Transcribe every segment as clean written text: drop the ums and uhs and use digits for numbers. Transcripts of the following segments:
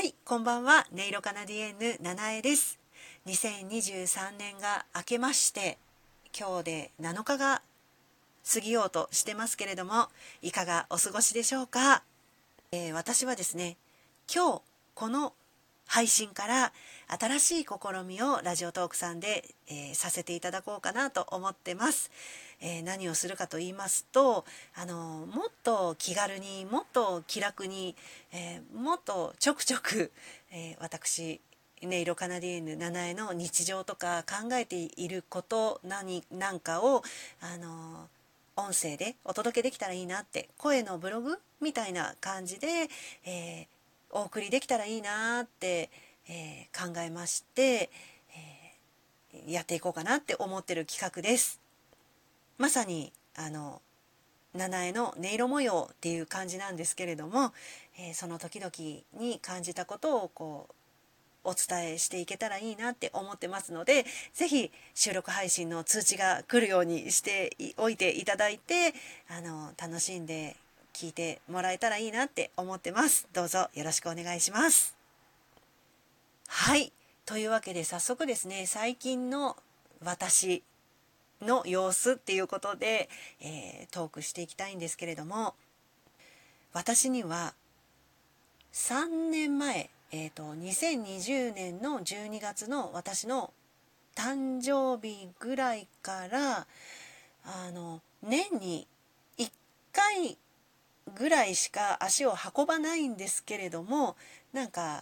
い、こんばんは。音色カナディエンヌ七重です。2023年が明けまして、今日で7日が過ぎようとしてますけれども、いかがお過ごしでしょうか。私はですね、今日この配信から新しい試みをラジオトークさんで、させていただこうかなと思ってます。何をするかと言いますと、もっと気軽にもっと気楽に、もっとちょくちょく、私音色カナディエンヌ七重の日常とか考えていることなんかを音声でお届けできたらいいなって、声のブログみたいな感じで、お送りできたらいいなって、考えまして、やっていこうかなって思ってる企画です。まさに七重の音色模様っていう感じなんですけれども、その時々に感じたことをお伝えしていけたらいいなって思ってますので、ぜひ収録配信の通知が来るようにしておいていただいて、楽しんで聞いてもらえたらいいなって思ってます。どうぞよろしくお願いします。はい、というわけで早速ですね、最近の私の様子っていうことで、トークしていきたいんですけれども、私には3年前、2020年の12月の私の誕生日ぐらいから年に1回ぐらいしか足を運ばないんですけれども、なんか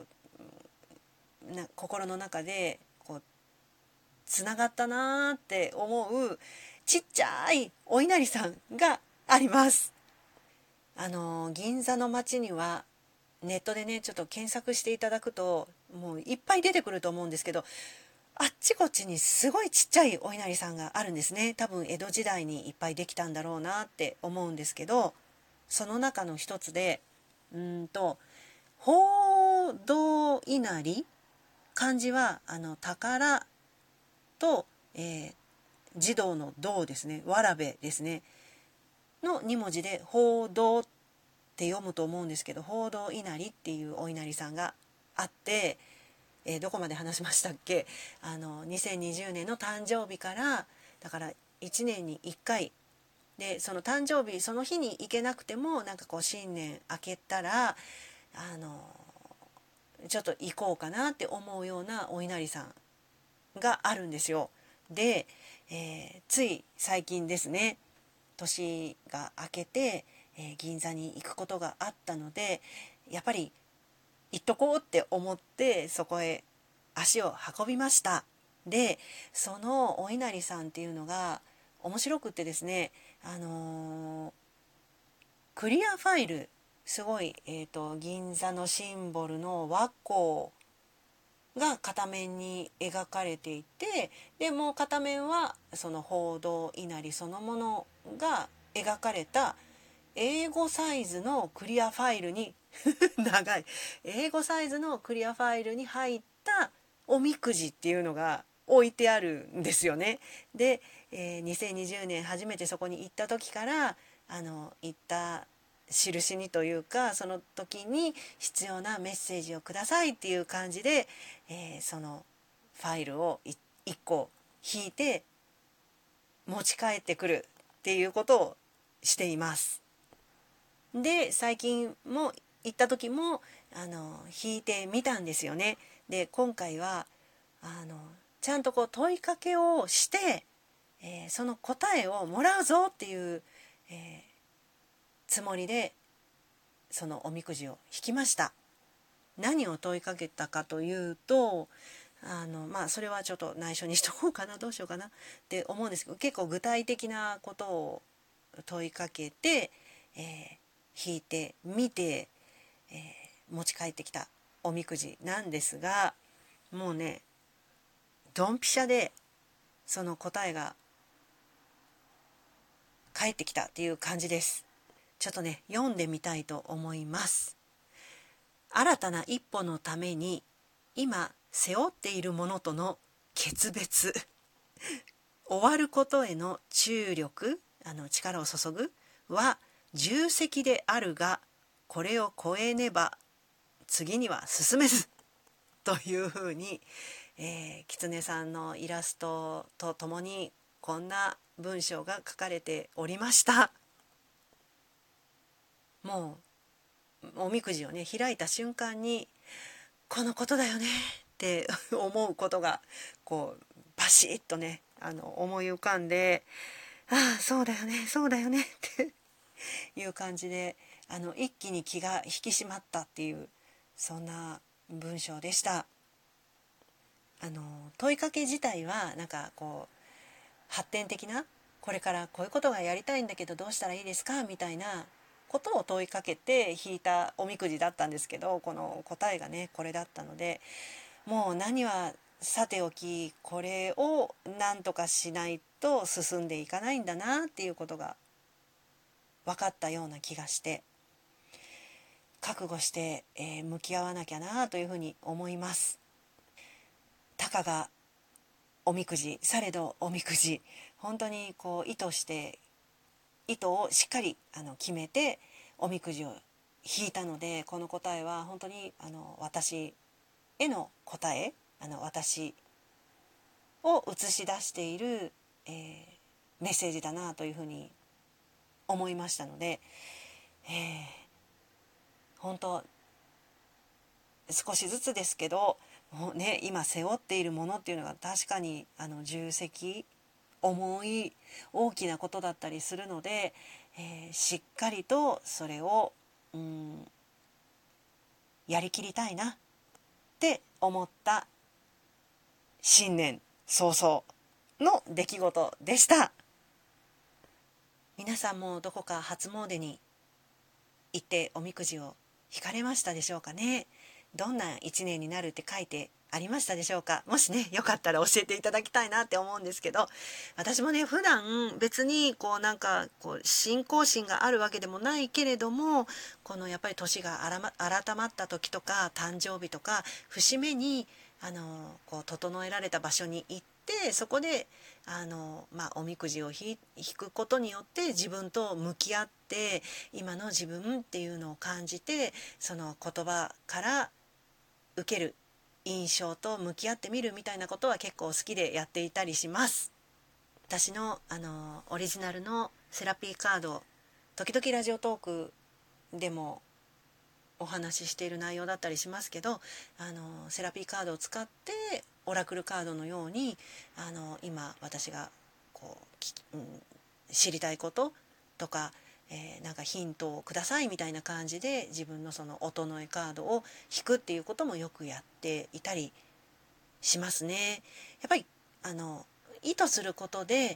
心の中でつながったなーって思うちっちゃいお稲荷さんがあります。銀座の街にはネットでねちょっと検索していただくともういっぱい出てくると思うんですけど、あっちこっちにすごいちっちゃいお稲荷さんがあるんですね。多分江戸時代にいっぱいできたんだろうなって思うんですけど、その中の一つで宝道稲荷、漢字は宝と、児童の童ですね、わらべですねの2文字で宝道って読むと思うんですけど、宝道稲荷っていうお稲荷さんがあって、どこまで話しましたっけ。2020年の誕生日からだから1年に1回で、その誕生日その日に行けなくてもなんか新年明けたらちょっと行こうかなって思うようなお稲荷さんがあるんですよ。で、つい最近ですね、年が明けて、銀座に行くことがあったので、やっぱり行っとこうって思ってそこへ足を運びました。で、そのお稲荷さんっていうのが面白くってですね、クリアファイル、すごい、銀座のシンボルの和光が片面に描かれていて、でもう片面はその報道稲荷そのものが描かれた英語サイズのクリアファイルに長い英語サイズのクリアファイルに入ったおみくじっていうのが置いてあるんですよね。で、2020年初めてそこに行った時から行った印にというか、その時に必要なメッセージをくださいっていう感じで、そのファイルを1個引いて持ち帰ってくるっていうことをしています。で、最近も行った時も引いてみたんですよね。で、今回はちゃんと問いかけをして、その答えをもらうぞっていう、つもりでそのおみくじを引きました。何を問いかけたかというと、それはちょっと内緒にしとこうかな、どうしようかなって思うんですけど、結構具体的なことを問いかけて、引いてみて、持ち帰ってきたおみくじなんですが、もうねドンピシャでその答えが返ってきたっていう感じです。ちょっとね読んでみたいと思います。新たな一歩のために今背負っているものとの決別終わることへの注力、力を注ぐは重責であるが、これを超えねば次には進めずというふうに、狐さんのイラストとともにこんな文章が書かれておりました。もうおみくじをね開いた瞬間にこのことだよねって思うことがこうバシッとね思い浮かんで、ああそうだよねそうだよねっていう感じで一気に気が引き締まったっていう、そんな文章でした。問いかけ自体はなんかこう発展的な、これからこういうことがやりたいんだけどどうしたらいいですかみたいなことを問いかけて引いたおみくじだったんですけど、この答えがねこれだったので、もう何はさておきこれを何とかしないと進んでいかないんだなっていうことが分かったような気がして、覚悟して、向き合わなきゃなというふうに思います。たかがおみくじされどおみくじ、本当にこう意図をしっかり決めておみくじを引いたので、この答えは本当に私への答え、私を映し出している、メッセージだなというふうに思いましたので、本当少しずつですけどもうね、今背負っているものっていうのが確かに重責、重い大きなことだったりするので、しっかりとそれをやりきりたいなって思った新年早々の出来事でした。皆さんもどこか初詣に行っておみくじを引かれましたでしょうかね。どんな一年になるって書いてありましたでしょうか。もしねよかったら教えていただきたいなって思うんですけど、私もね普段別にこうなんかこう信仰心があるわけでもないけれども、このやっぱり年が改まった時とか誕生日とか節目にこう整えられた場所に行って、そこでおみくじを引くことによって自分と向き合って、今の自分っていうのを感じて、その言葉から受ける印象と向き合ってみるみたいなことは結構好きでやっていたりします。私のオリジナルのセラピーカード、時々ラジオトークでもお話ししている内容だったりしますけど、セラピーカードを使ってオラクルカードのように今私がこう、知りたいこととか、なんかヒントをくださいみたいな感じで自分のその音の絵カードを引くっていうこともよくやっていたりしますね。やっぱり意図することで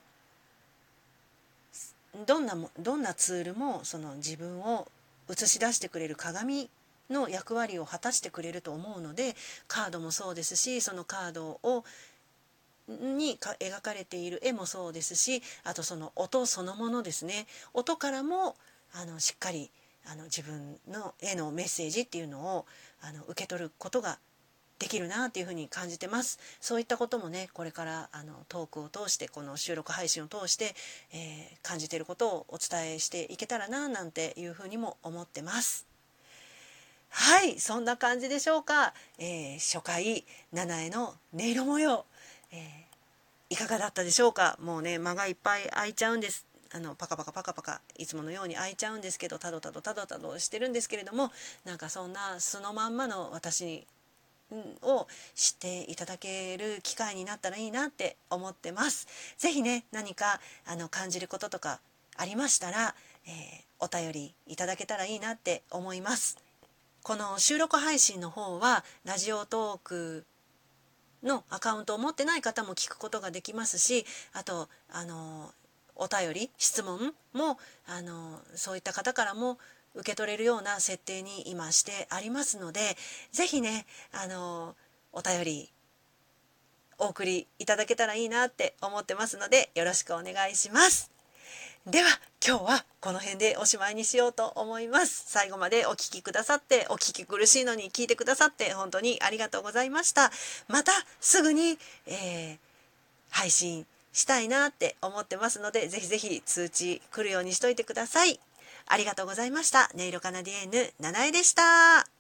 どんなツールもその自分を映し出してくれる鏡の役割を果たしてくれると思うので、カードもそうですし、そのカードに描かれている絵もそうですし、あとその音そのものですね。音からもしっかり自分の絵のメッセージっていうのを受け取ることができるなっていうふうに感じてます。そういったこともね、これからトークを通して、この収録配信を通して、感じていることをお伝えしていけたらななんていうふうにも思ってます。はい、そんな感じでしょうか。初回七重の音色模様、いかがだったでしょうか。もうね間がいっぱい空いちゃうんです。パカパカパカパカいつものように開いちゃうんですけど、たどたどたどたどしてるんですけれども、なんかそんな素のまんまの私を知っていただける機会になったらいいなって思ってます。ぜひね何か感じることとかありましたら、お便りいただけたらいいなって思います。この収録配信の方はラジオトークのアカウントを持ってない方も聞くことができますし、あとお便り質問もそういった方からも受け取れるような設定に今してありますので、ぜひねお便りお送りいただけたらいいなって思ってますので、よろしくお願いします。では今日はこの辺でおしまいにしようと思います。最後までお聞きくださって、お聞き苦しいのに聞いてくださって本当にありがとうございました。またすぐに、配信したいなって思ってますので、ぜひぜひ通知来るようにしといてください。ありがとうございました。音色カナディエンヌ七重でした。